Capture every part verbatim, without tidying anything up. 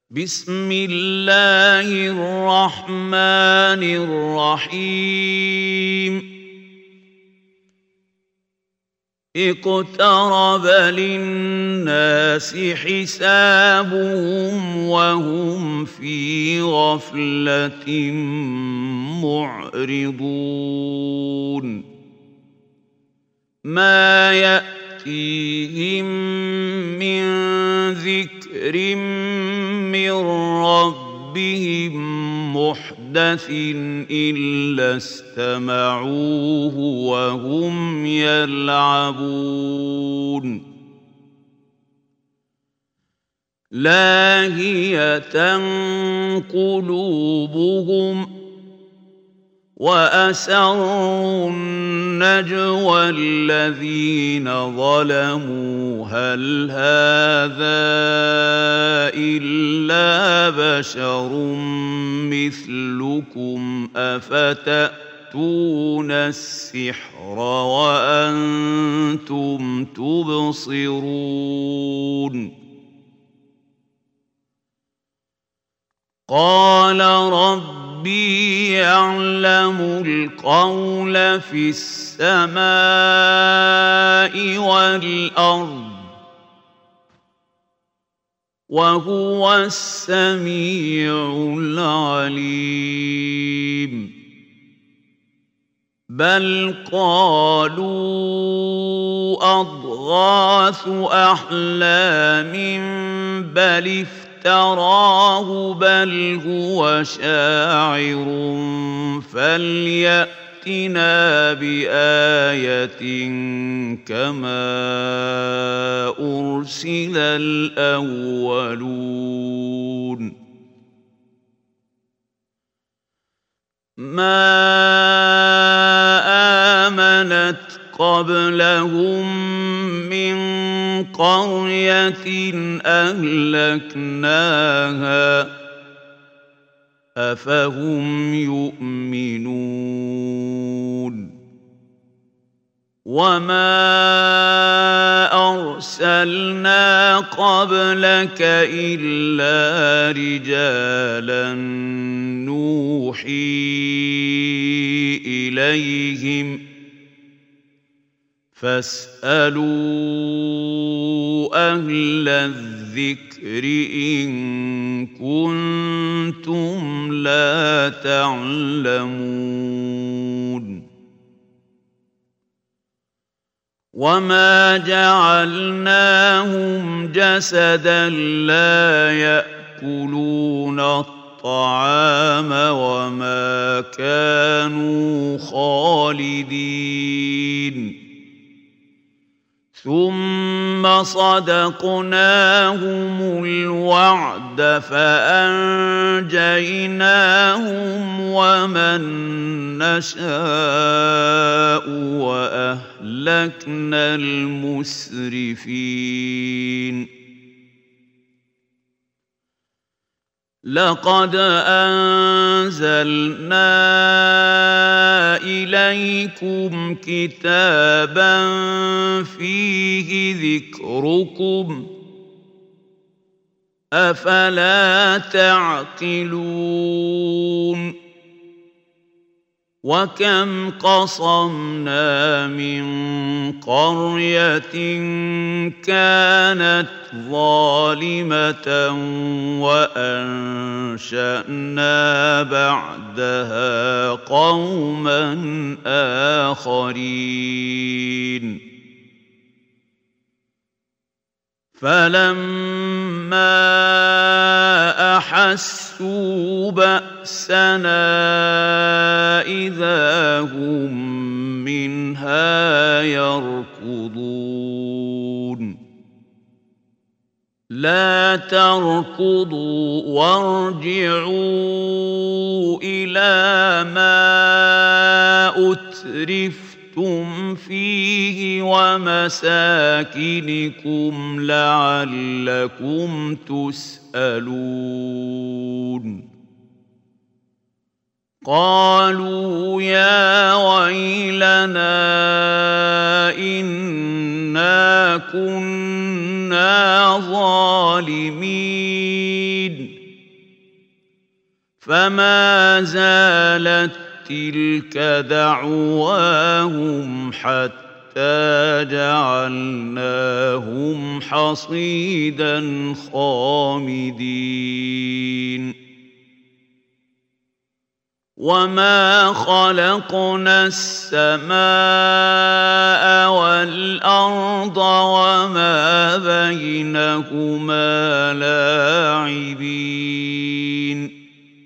بسم الله الرحمن الرحيم اقترب للناس حسابهم وهم في غفلة معرضون ما يأتيهم من ذكر من ربهم محدث إلا استمعوه وهم يلعبون لاهية قلوبهم وأسروا النجوى الذين ظلموا هل هذا إلا بشر مثلكم أفتأتون السحر وأنتم تبصرون قال ربي يعلم القول في السماء والأرض وهو السميع العليم بل قالوا أضغاث أحلام بل افتراه بل هو شاعر فليأتنا بآية كما أرسل الأولون ما آمنت قبلهم من قرية أهلكناها أفهم يؤمنون وما أرسلنا قبلك إلا رجالا نوحي إليهم فاسألوا أهل الذكر إن كنتم لا تعلمون وما جعلناهم جسدا لا يأكلون الطعام وما كانوا خالدين ثم صدقناهم الوعد فأنجيناهم ومن نشاء وأهلكنا المسرفين لقد أنزلنا إليكم كتابا فيه ذكركم أفلا تعقلون وكم قصمنا من قرية كانت ظالمة وأنشأنا بعدها قوما آخرين فلما أحسوا بأسنا إذا هم منها يركضون لا تركضوا وارجعوا إلى ما أترفتم فيه ومساكنكم لعلكم تسألون قالوا يا ويلنا إنا كنا ظالمين فما زالت تلك دعواهم حتى جعلناهم حصيدا خامدين وما خلقنا السماء والأرض وما بينهما لاعبين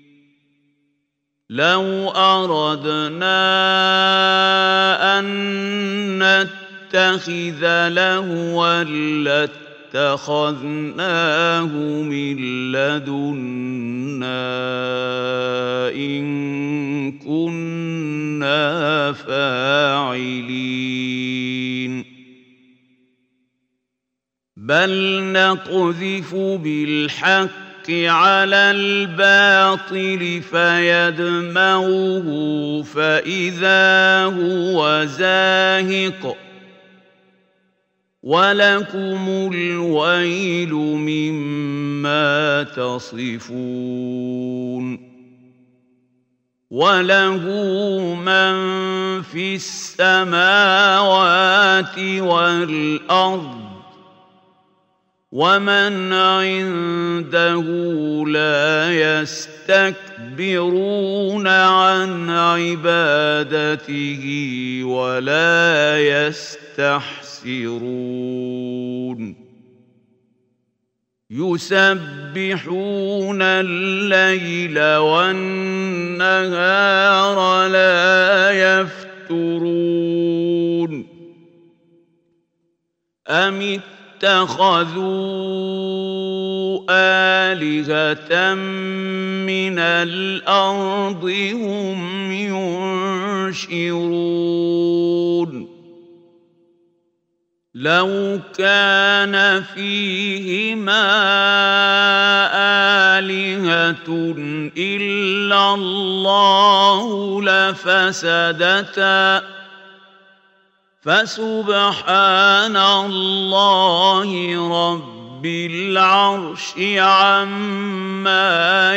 لو أردنا أن نتخذ لهوا لاتخذناه من لدنا إن كنا فاعلين بل نقذف بالحق على الباطل فيدمغه فإذا هو زاهق ولكم الويل مما تصفون وله من في السماوات والأرض ومن عنده لا يستكبرون عن عبادته ولا يستحسرون يسبحون الليل والنهار لا يفترون أم اتخذوا آلهة من الأرض هم ينشرون لو كان فيهما آلهة إلا الله لفسدتا فسبحان الله رب العرش عما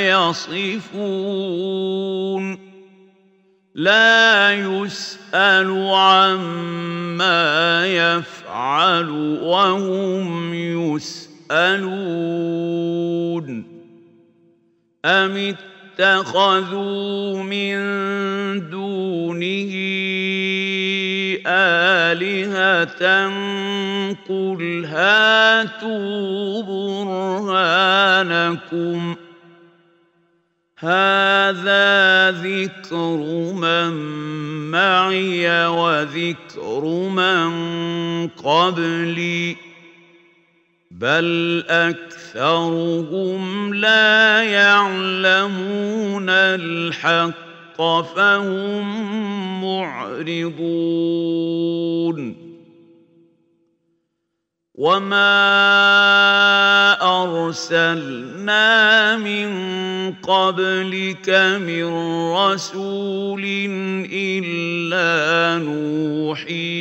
يصفون لا يسأل عما يفعل وهم يسألون أم اتخذوا من دونه آلهة قل هاتوا برهانكم هذا ذكر من معي وذكر من قبلي بل أكثرهم لا يعلمون الحق فهم معرضون وما أرسلنا من قبلك من رسول إلا نوحي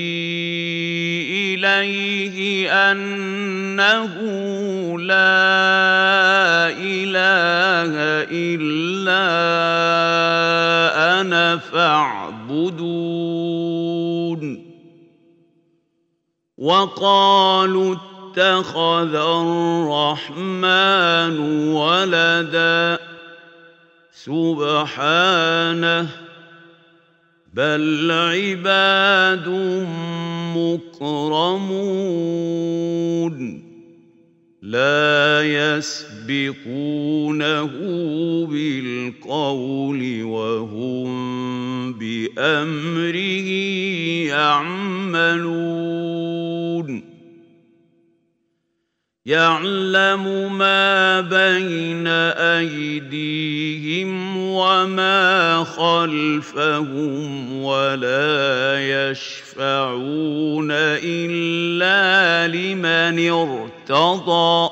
إليه أنه لا إله إلا أنا فاعبدون وقالوا اتخذ الرحمن ولدا سبحانه بل عباد مكرمون لا يسبقونه بالقول وهم بأمره يعملون يعلم ما بين أيديهم وما خلفهم ولا يشفعون إلا لمن ارتضى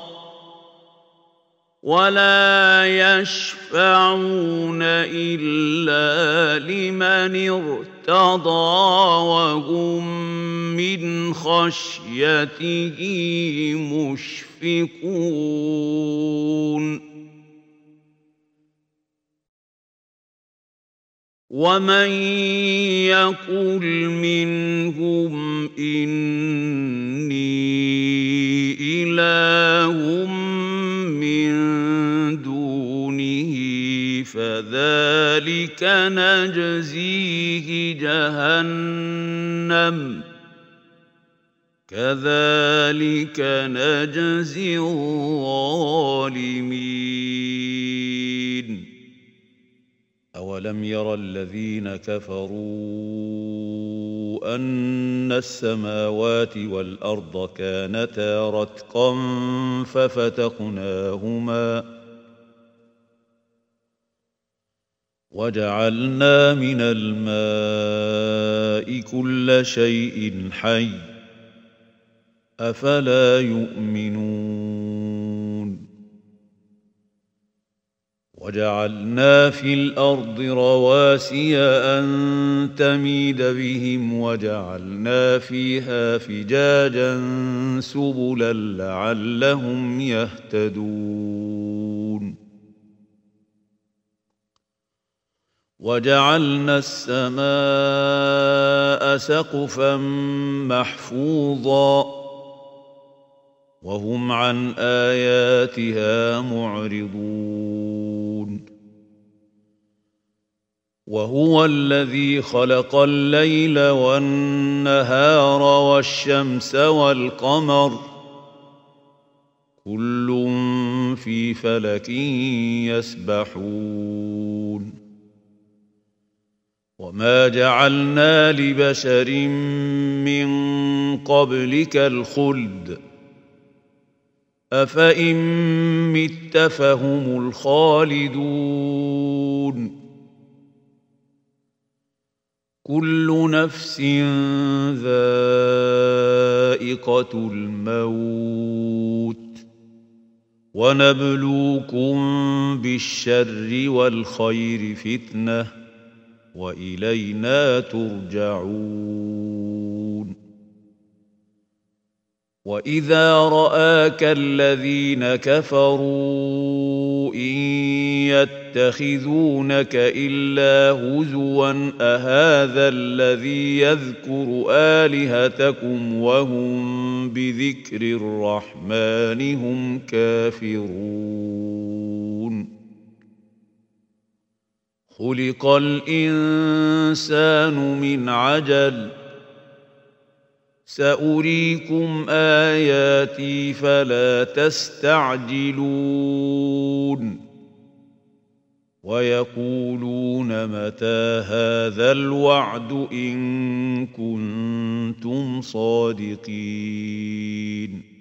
ولا يشفعون إلا لمن ارتضى وهم من خشيته مشفقون مشفقون ومن يقل منهم إني إله من دونه فذلك نجزيه جهنم كذلك نجزي الظالمين أولم ير الذين كفروا أن السماوات والأرض كانتا رتقا ففتقناهما وجعلنا من الماء كل شيء حي أفلا يؤمنون وجعلنا في الأرض رواسي أن تميد بهم وجعلنا فيها فجاجا سبلا لعلهم يهتدون وجعلنا السماء سقفا محفوظا وهم عن آياتها معرضون وهو الذي خلق الليل والنهار والشمس والقمر كل في فلك يسبحون وما جعلنا لبشر من قبلك الخلد أفإن مت فهم الخالدون كل نفس ذائقة الموت ونبلوكم بالشر والخير فتنة وإلينا ترجعون وإذا رآك الذين كفروا إن يتخذونك إلا هزوا أهذا الذي يذكر آلهتكم وهم بذكر الرحمن هم كافرون خلق الإنسان من عجل سأريكم آياتي فلا تستعجلون ويقولون متى هذا الوعد إن كنتم صادقين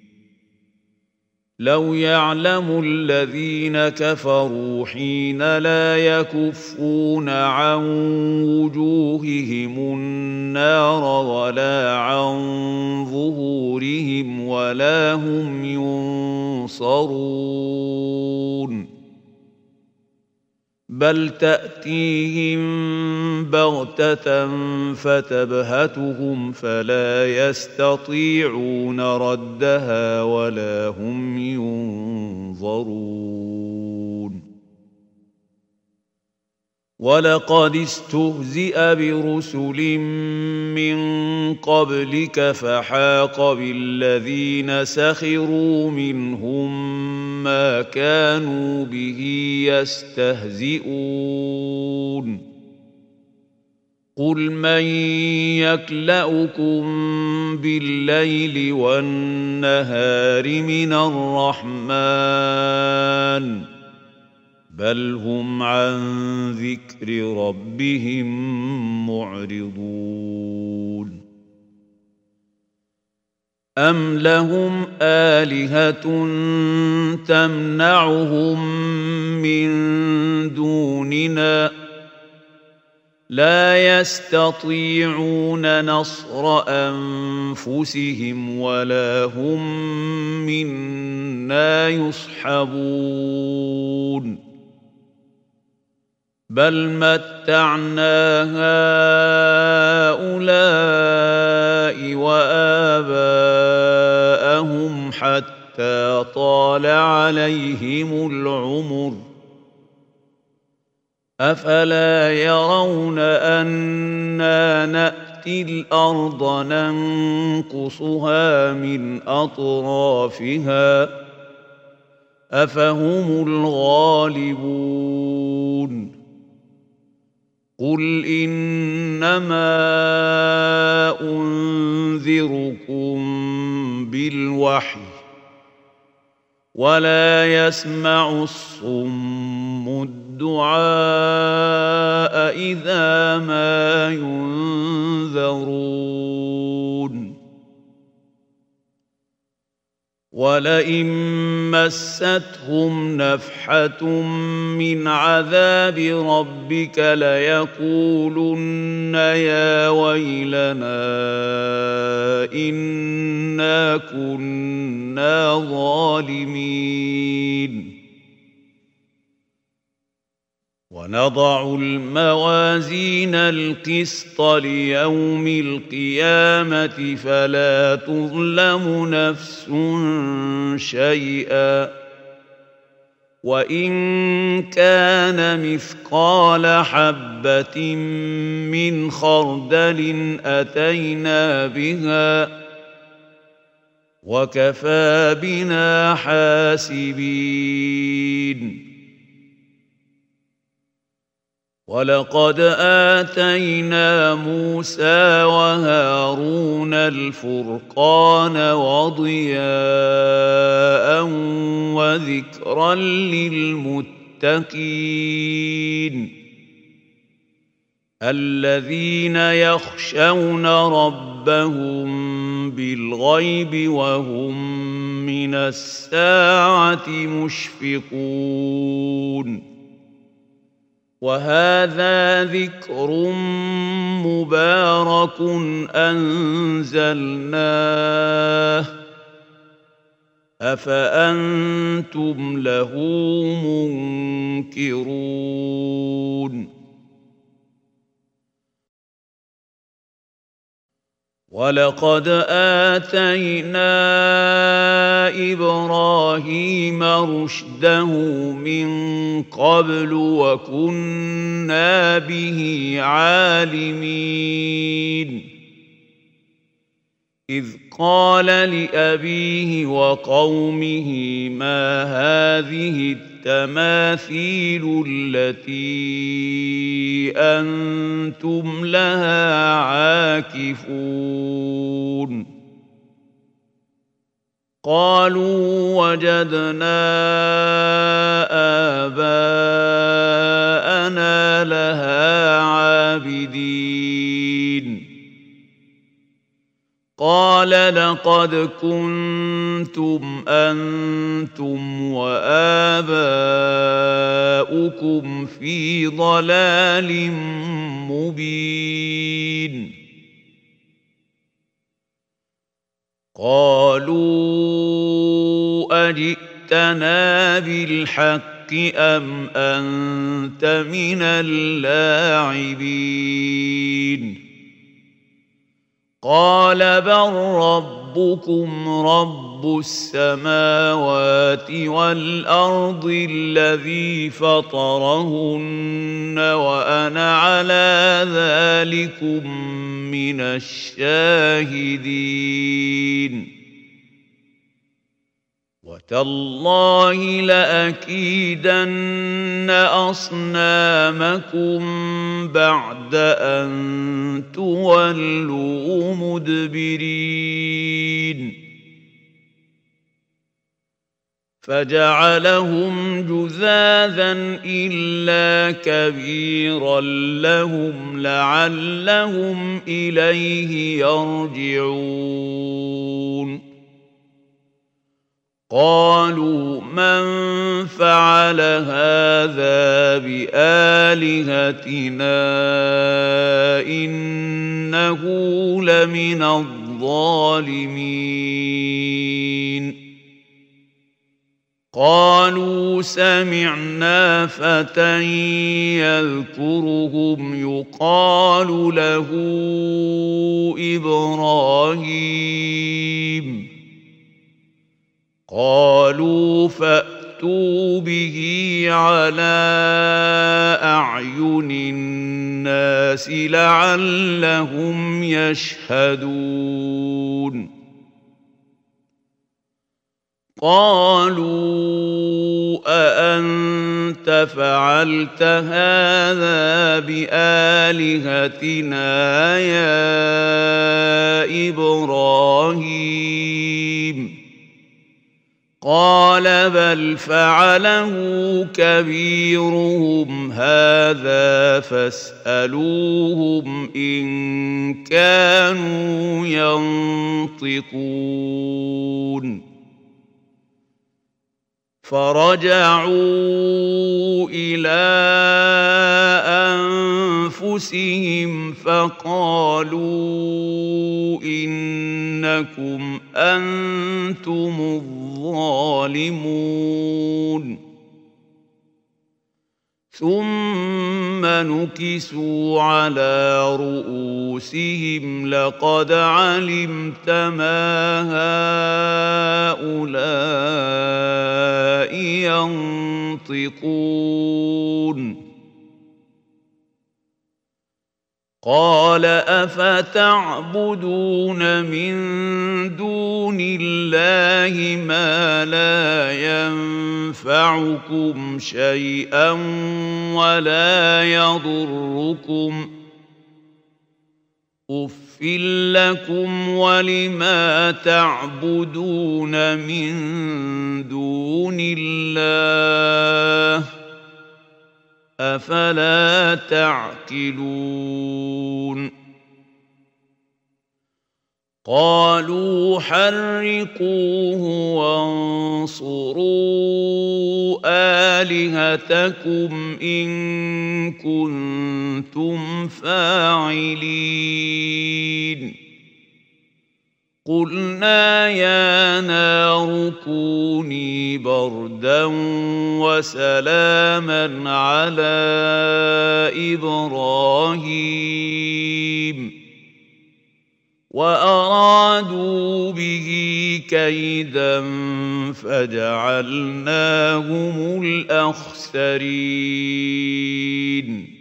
لو يعلم الذين كفروا حين لا يكفون عن وجوههم النار ولا عن ظهورهم ولا هم ينصرون بل تأتيهم بغتة فتبهتهم فلا يستطيعون ردها ولا هم ينظرون ولقد استهزئ برسل من قبلك فحاق بالذين سخروا منهم ما كانوا به يستهزئون قل من يكلؤكم بالليل والنهار من الرحمن بل هم عن ذكر ربهم معرضون أم لهم آلهة تمنعهم من دوننا لا يستطيعون نصر أنفسهم ولا هم منا يصحبون بل متعنا هؤلاء وآباءهم حتى حتى طال عليهم العمر أفلا يرون أنا نأتي الأرض ننقصها من أطرافها أفهم الغالبون قل إنما أنذركم بالوحي ولا يسمع الصم الدعاء إذا ما ينذرون ولئن مستهم نفحة من عذاب ربك ليقولن يا ويلنا إنا كنا ظالمين ونضع الموازين القسط ليوم القيامة فلا تظلم نفس شيئا وإن كان مثقال حبة من خردل أتينا بها وكفى بنا حاسبين ولقد آتينا موسى وهارون الفرقان وضياء وذكرا للمتقين الذين يخشون ربهم بالغيب وهم من الساعة مشفقون وهذا ذكر مبارك أنزلناه أفأنتم له منكرون ولقد آتينا إبراهيم رشده من قبل وكنا به عالمين إذ قال لأبيه وقومه ما هذه التماثيل التي أنتم لها عاكفون قالوا وجدنا آباءنا لها عابدين قال لقد كنتم أنتم وآباؤكم في ضلال مبين قالوا أجئتنا بالحق أم أنت من اللاعبين قال بل ربكم رب السماوات والأرض الذي فطرهن وأنا على ذلكم من الشاهدين وتالله لأكيدن أصنامكم بعد أن تولوا مدبرين فجعلهم جذاذا إلا كبيرا لهم لعلهم إليه يرجعون قالوا من فعل هذا بآلهتنا إنه لمن الظالمين قالوا سمعنا فتى يذكرهم يقال له إبراهيم قالوا فأتوا به على أعين الناس لعلهم يشهدون قالوا أأنت فعلت هذا بآلهتنا يا إبراهيم قال بل فعله كبيرهم هذا فاسألوهم إن كانوا ينطقون فرجعوا إلى أنفسهم فقالوا إنكم أنتم الظالمون ثم نكسوا على رؤوسهم لقد علمت ما هؤلاء ينطقون قال أفتعبدون من دون الله ما لا ينفعكم شيئا ولا يضركم أف لكم ولما تعبدون من دون الله أفلا تعقلون قالوا حرقوه وانصروا آلهتكم إن كنتم فاعلين قلنا يا نار كوني بردا وسلاما على إبراهيم وأرادوا به كيدا فجعلناهم الأخسرين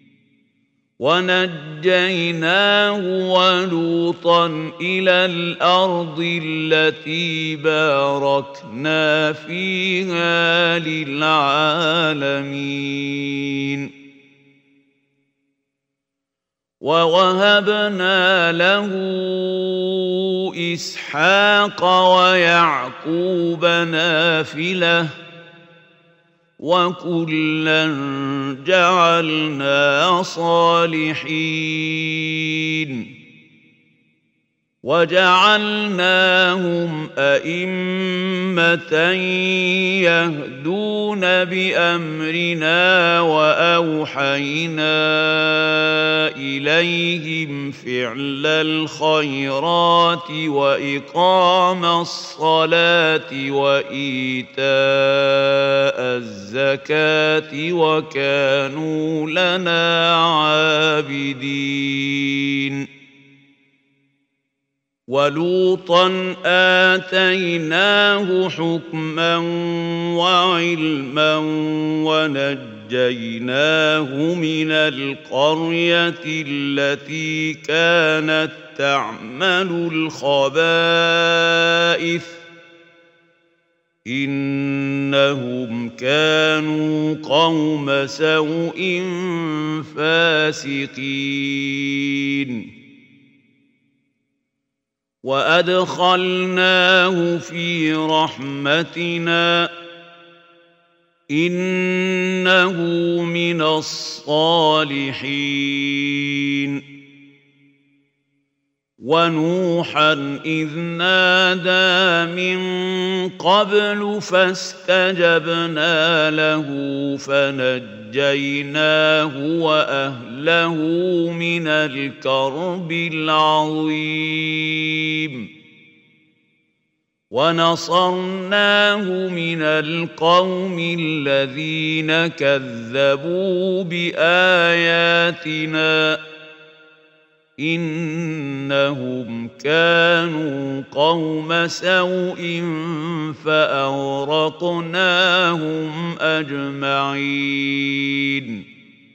ونجيناه ولوطا إلى الأرض التي باركنا فيها للعالمين ووهبنا له إسحاق ويعقوب نافلة وكلا جعلنا صالحين وجعلناهم أئمة يهدون بأمرنا وأوحينا إليهم فعل الخيرات وإقام الصلاة وإيتاء الزكاة وكانوا لنا عابدين ولوطا آتيناه حكما وعلما ونجيناه من القرية التي كانت تعمل الخبائث إنهم كانوا قوم سوء فاسقين وأدخلناه في رحمتنا إنه من الصالحين ونوحا إذ نادى من قبل فاستجبنا له فنجيناه وأهله من الكرب العظيم ونصرناه من القوم الذين كذبوا بآياتنا إنهم كانوا قوم سوء فأغرقناهم أجمعين.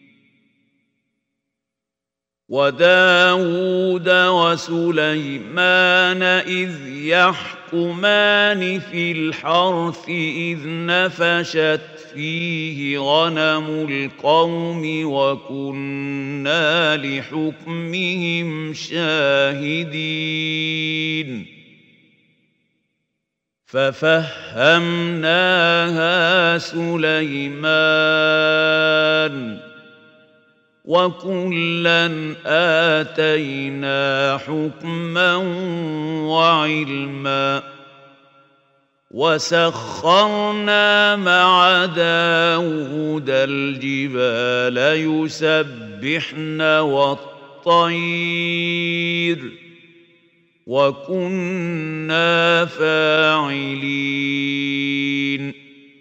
وداود وسليمان إذ يحكمان في الحرث إذ نفشت فيه غنم القوم وكنا لحكمهم شاهدين. ففهمناها سليمان وكلا آتينا حكما وعلما وسخرنا مع داود الجبال يسبحن والطير وكنا فاعلين.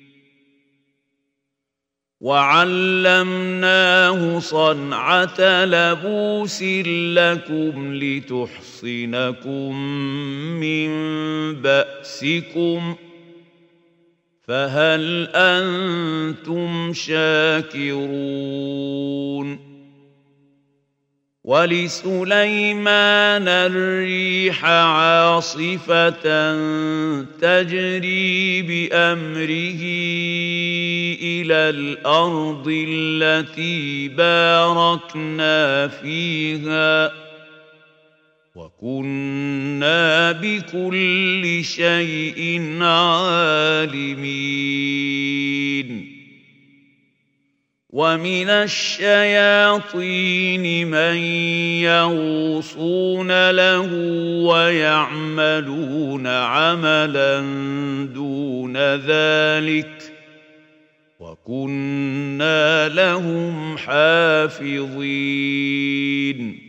وعلمناه صنعة لبوس لكم لتحصنكم من بأسكم فهل أنتم شاكرون. ولسليمان الريح عاصفة تجري بأمره إلى الأرض التي باركنا فيها وكنا بكل شيء عالمين. ومن الشياطين من يغوصون له ويعملون عملا دون ذلك وكنا لهم حافظين.